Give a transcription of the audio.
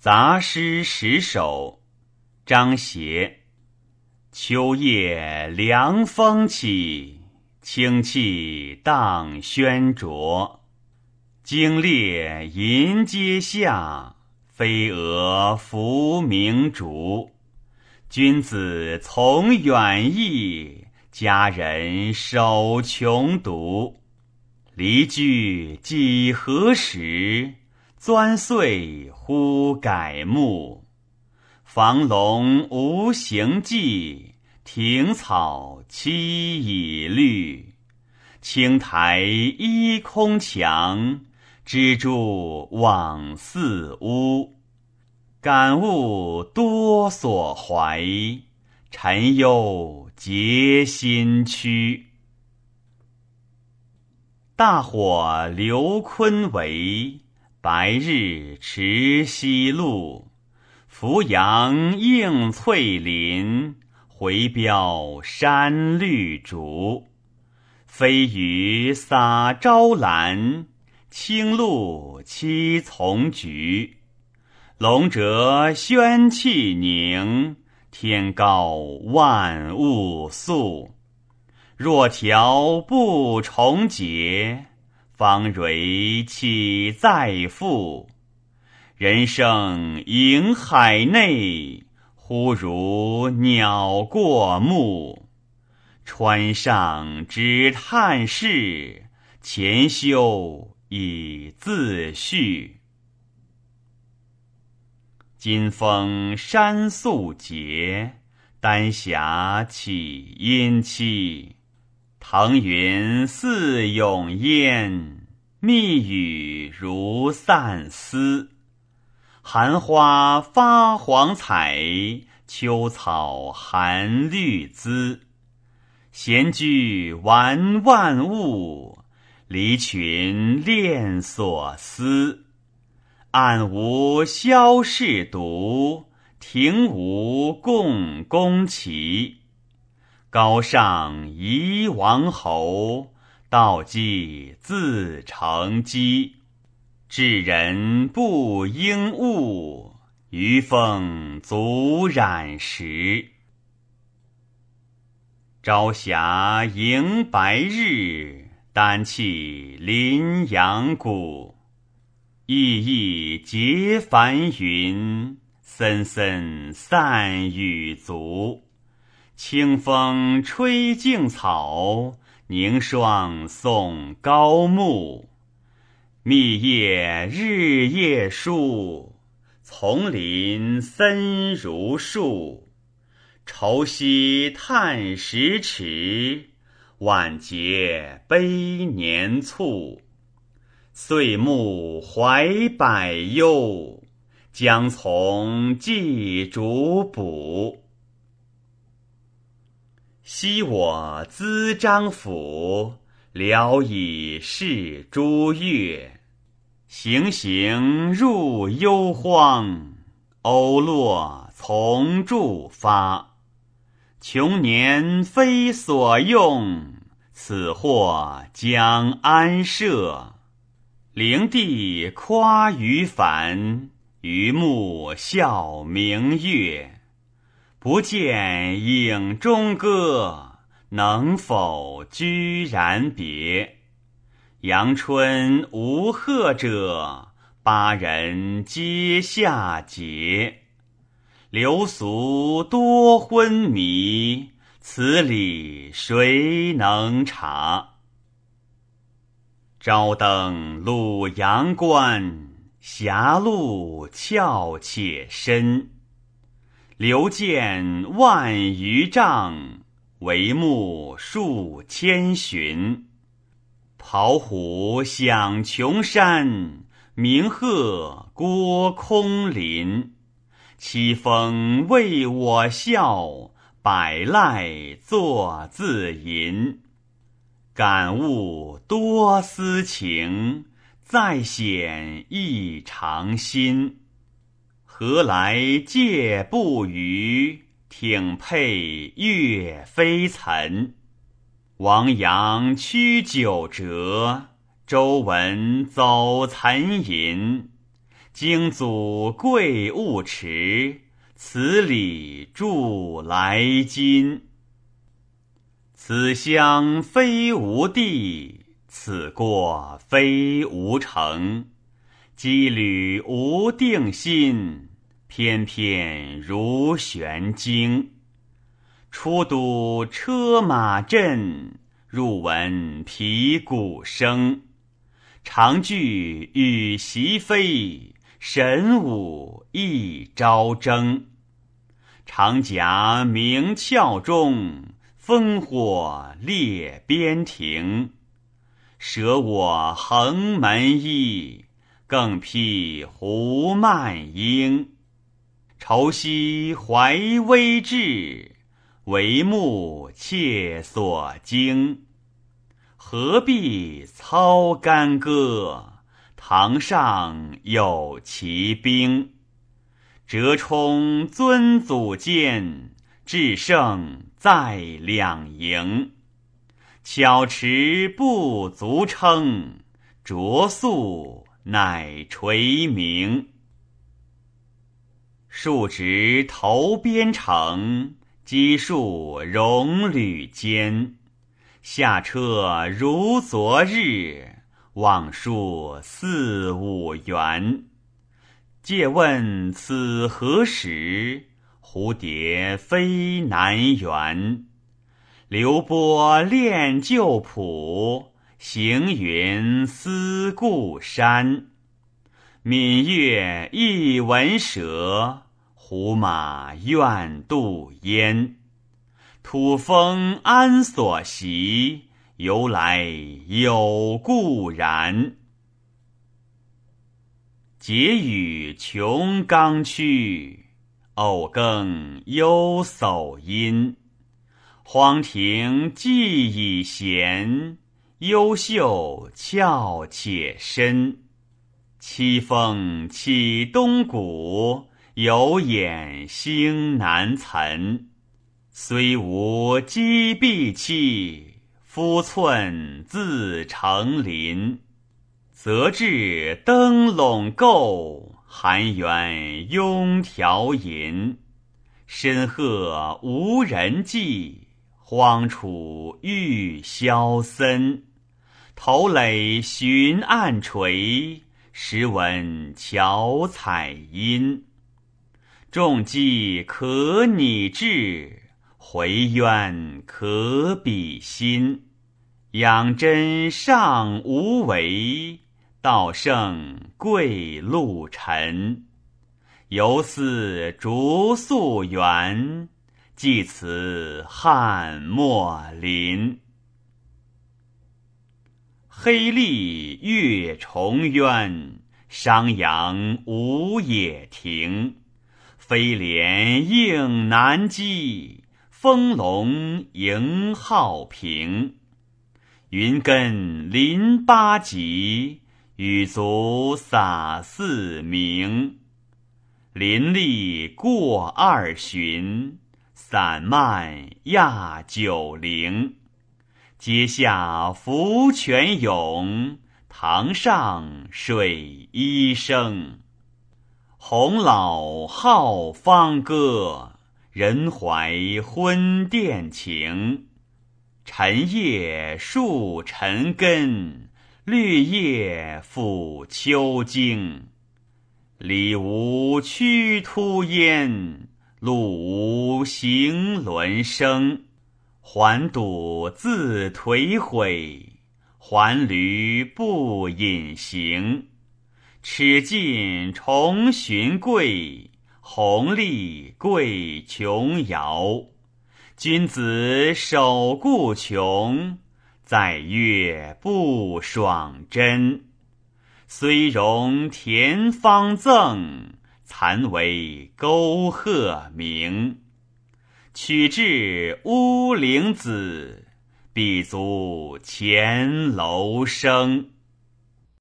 杂诗10首，张协。秋夜凉风起，清气荡轩浊。惊烈银阶下，飞蛾伏鸣竹。君子从远逸，佳人守穷读。离居几何时？钻碎忽改目。房龙无行迹，庭草萋已绿。青苔依空墙，蜘蛛网四屋。感物多所怀，沉忧结心躯。大火流昆维，白日持西路。扶阳映翠林，回标山绿竹。飞鱼洒朝兰，青露栖丛菊。龙蛰宣气凝，天高万物肃。若条不重结，方蕊岂再复？人生盈海内，忽如鸟过目。川上之叹世，前修以自序。金峰山素洁，丹霞起阴期。腾云似涌烟，密语如散丝。寒花发黄彩，秋草含绿滋。闲居玩万物，离群恋所思。案无萧士独，庭无共工齐。高尚宜王侯，道济自成基。至人不应物，余风足染时。朝霞迎白日，丹气临阳谷。熠熠结繁云，森森散雨足。清风吹径草，凝霜送高木。密叶日夜疏，丛林森如树。愁夕叹时迟，晚节悲年促。岁暮怀百忧，将从寄主补。昔我滋张府，聊以示诸岳。行行入幽荒，鸥落从柱发。穷年非所用，此祸将安设？灵帝夸于凡，于目笑明月。不见影中歌，能否居然别？阳春无贺者，巴人皆下节。流俗多昏迷，此理谁能察？朝登鲁阳关，狭路峭且深。流涧万余丈，帷幕数千寻。炮虎响穷山，鸣鹤郭空林。凄风为我笑，百籁作自吟。感悟多思情，再显异常心。何来介不渝，挺佩岳飞岑。王阳屈九折，周文走岑吟。 经祖贵物持，此礼祝来今。此乡非无地，此过非无城。羁旅无定心，翩翩如悬经。出都车马阵，入闻皮鼓声。常具与席飞，神武一朝征。长甲鸣鞘中，烽火烈边庭。舍我横门衣，更披胡曼缨。愁惜怀微志，为目切所惊。何必操干戈，堂上有骑兵。折冲尊祖间，制胜在两营。巧持不足称，着素乃垂名。数值头边城，基数戎旅间。下车如昨日，往数4、5元。借问此何时？蝴蝶飞南园。流波恋旧浦，行云思故山。闽月一闻舌，胡马愿渡烟。土风安所习？由来有故然。结语穷冈曲，偶更幽叟阴。荒庭既已闲，幽秀峭且深。凄风起东谷，有眼星南岑。虽无积碧气，夫寸自成林。则至灯笼构，寒园拥条银。深壑无人迹，荒楚欲萧森。头垒寻暗垂，时闻巧采阴。众计可拟制，回渊可比心。养真尚无为，道圣贵路尘。犹似竹素园，寄此汉墨林。黑吏越重渊，商阳无野庭。飞廉应南击，风龙迎浩平。云根临八极，雨足洒四明。林立过2旬，散漫压9陵。阶下浮泉涌，堂上水一声。洪老好芳歌，人怀昏殿情。晨夜树尘根，绿叶抚秋经。里无驱突烟，路无行轮声。还堵自颓毁，还驴不隐形。齿尽重寻贵，弘历贵琼瑶。君子守故穷，在月不爽真。虽容田方赠，残为沟壑名。取至乌灵子，必足前楼生。